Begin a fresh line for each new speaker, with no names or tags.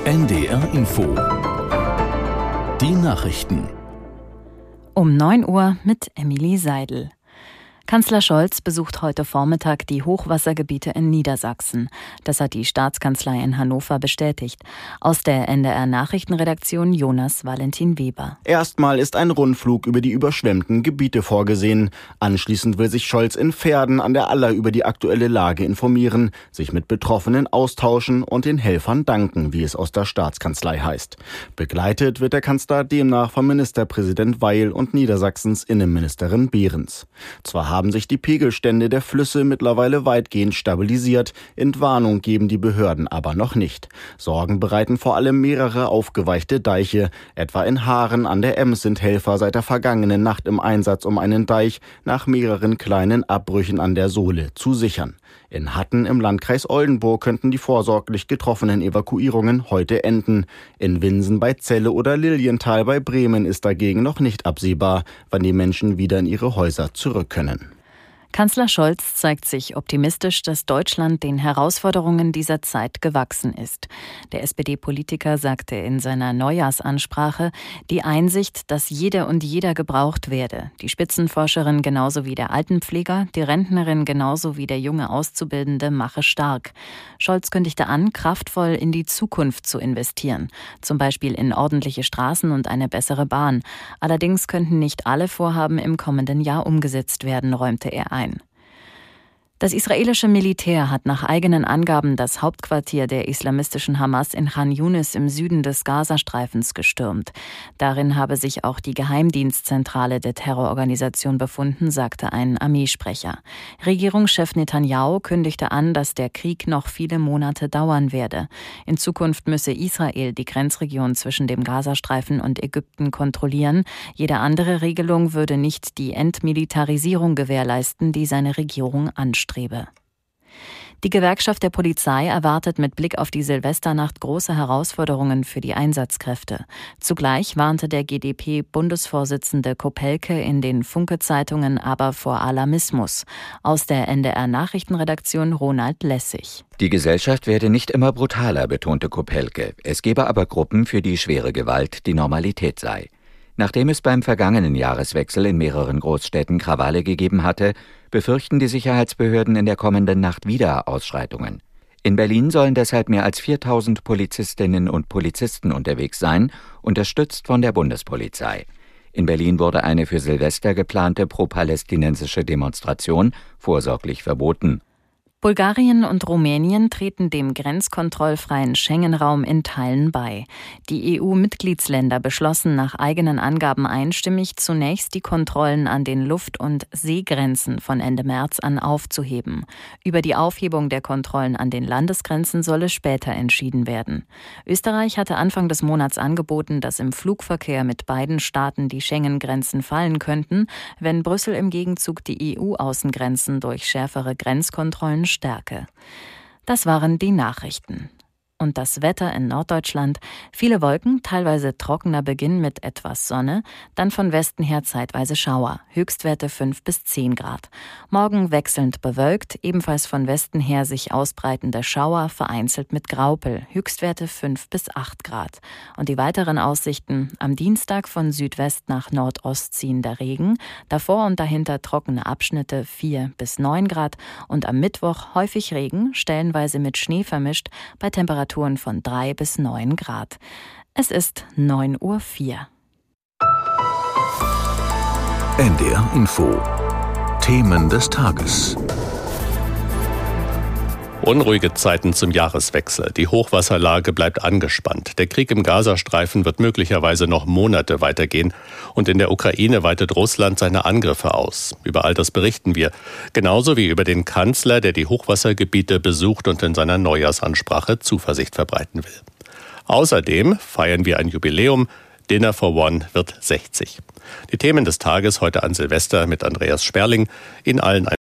NDR Info. Die Nachrichten.
Um 9 Uhr mit Emilie Seidel. Kanzler Scholz besucht heute Vormittag die Hochwassergebiete in Niedersachsen. Das hat die Staatskanzlei in Hannover bestätigt. Aus der NDR-Nachrichtenredaktion Jonas Valentin Weber.
Erstmal ist ein Rundflug über die überschwemmten Gebiete vorgesehen. Anschließend will sich Scholz in Verden an der Aller über die aktuelle Lage informieren, sich mit Betroffenen austauschen und den Helfern danken, wie es aus der Staatskanzlei heißt. Begleitet wird der Kanzler demnach von Ministerpräsident Weil und Niedersachsens Innenministerin Behrens. Zwar haben sich die Pegelstände der Flüsse mittlerweile weitgehend stabilisiert. Entwarnung geben die Behörden aber noch nicht. Sorgen bereiten vor allem mehrere aufgeweichte Deiche. Etwa in Haaren an der Ems sind Helfer seit der vergangenen Nacht im Einsatz, um einen Deich nach mehreren kleinen Abbrüchen an der Sohle zu sichern. In Hatten im Landkreis Oldenburg könnten die vorsorglich getroffenen Evakuierungen heute enden. In Winsen bei Celle oder Lilienthal bei Bremen ist dagegen noch nicht absehbar, wann die Menschen wieder in ihre Häuser zurück können.
Kanzler Scholz zeigt sich optimistisch, dass Deutschland den Herausforderungen dieser Zeit gewachsen ist. Der SPD-Politiker sagte in seiner Neujahrsansprache, die Einsicht, dass jede und jeder gebraucht werde. Die Spitzenforscherin genauso wie der Altenpfleger, die Rentnerin genauso wie der junge Auszubildende mache stark. Scholz kündigte an, kraftvoll in die Zukunft zu investieren. Zum Beispiel in ordentliche Straßen und eine bessere Bahn. Allerdings könnten nicht alle Vorhaben im kommenden Jahr umgesetzt werden, räumte er ein. Das israelische Militär hat nach eigenen Angaben das Hauptquartier der islamistischen Hamas in Chan Yunis im Süden des Gazastreifens gestürmt. Darin habe sich auch die Geheimdienstzentrale der Terrororganisation befunden, sagte ein Armeesprecher. Regierungschef Netanyahu kündigte an, dass der Krieg noch viele Monate dauern werde. In Zukunft müsse Israel die Grenzregion zwischen dem Gazastreifen und Ägypten kontrollieren. Jede andere Regelung würde nicht die Entmilitarisierung gewährleisten, die seine Regierung anstrebt. Die Gewerkschaft der Polizei erwartet mit Blick auf die Silvesternacht große Herausforderungen für die Einsatzkräfte. Zugleich warnte der GdP-Bundesvorsitzende Kopelke in den Funke-Zeitungen aber vor Alarmismus. Aus der NDR-Nachrichtenredaktion Ronald Lessig.
Die Gesellschaft werde nicht immer brutaler, betonte Kopelke. Es gebe aber Gruppen, für die schwere Gewalt die Normalität sei. Nachdem es beim vergangenen Jahreswechsel in mehreren Großstädten Krawalle gegeben hatte, befürchten die Sicherheitsbehörden in der kommenden Nacht wieder Ausschreitungen. In Berlin sollen deshalb mehr als 4.000 Polizistinnen und Polizisten unterwegs sein, unterstützt von der Bundespolizei. In Berlin wurde eine für Silvester geplante pro-palästinensische Demonstration vorsorglich verboten.
Bulgarien und Rumänien treten dem grenzkontrollfreien Schengen-Raum in Teilen bei. Die EU-Mitgliedsländer beschlossen nach eigenen Angaben einstimmig, zunächst die Kontrollen an den Luft- und Seegrenzen von Ende März an aufzuheben. Über die Aufhebung der Kontrollen an den Landesgrenzen solle später entschieden werden. Österreich hatte Anfang des Monats angeboten, dass im Flugverkehr mit beiden Staaten die Schengen-Grenzen fallen könnten, wenn Brüssel im Gegenzug die EU-Außengrenzen durch schärfere Grenzkontrollen stärke. Das waren die Nachrichten. Und das Wetter in Norddeutschland: viele Wolken, teilweise trockener Beginn mit etwas Sonne, dann von Westen her zeitweise Schauer, Höchstwerte 5 bis 10 Grad. Morgen wechselnd bewölkt, ebenfalls von Westen her sich ausbreitende Schauer, vereinzelt mit Graupel, Höchstwerte 5 bis 8 Grad. Und die weiteren Aussichten: am Dienstag von Südwest nach Nordost ziehender Regen, davor und dahinter trockene Abschnitte 4 bis 9 Grad und am Mittwoch häufig Regen, stellenweise mit Schnee vermischt, bei Temperaturen von 3 bis 9 Grad. Es ist 9:04 Uhr.
NDR Info. Themen des Tages.
Unruhige Zeiten zum Jahreswechsel. Die Hochwasserlage bleibt angespannt. Der Krieg im Gazastreifen wird möglicherweise noch Monate weitergehen. Und in der Ukraine weitet Russland seine Angriffe aus. Über all das berichten wir. Genauso wie über den Kanzler, der die Hochwassergebiete besucht und in seiner Neujahrsansprache Zuversicht verbreiten will. Außerdem feiern wir ein Jubiläum. Dinner for One wird 60. Die Themen des Tages heute an Silvester mit Andreas Sperling. Ihnen allen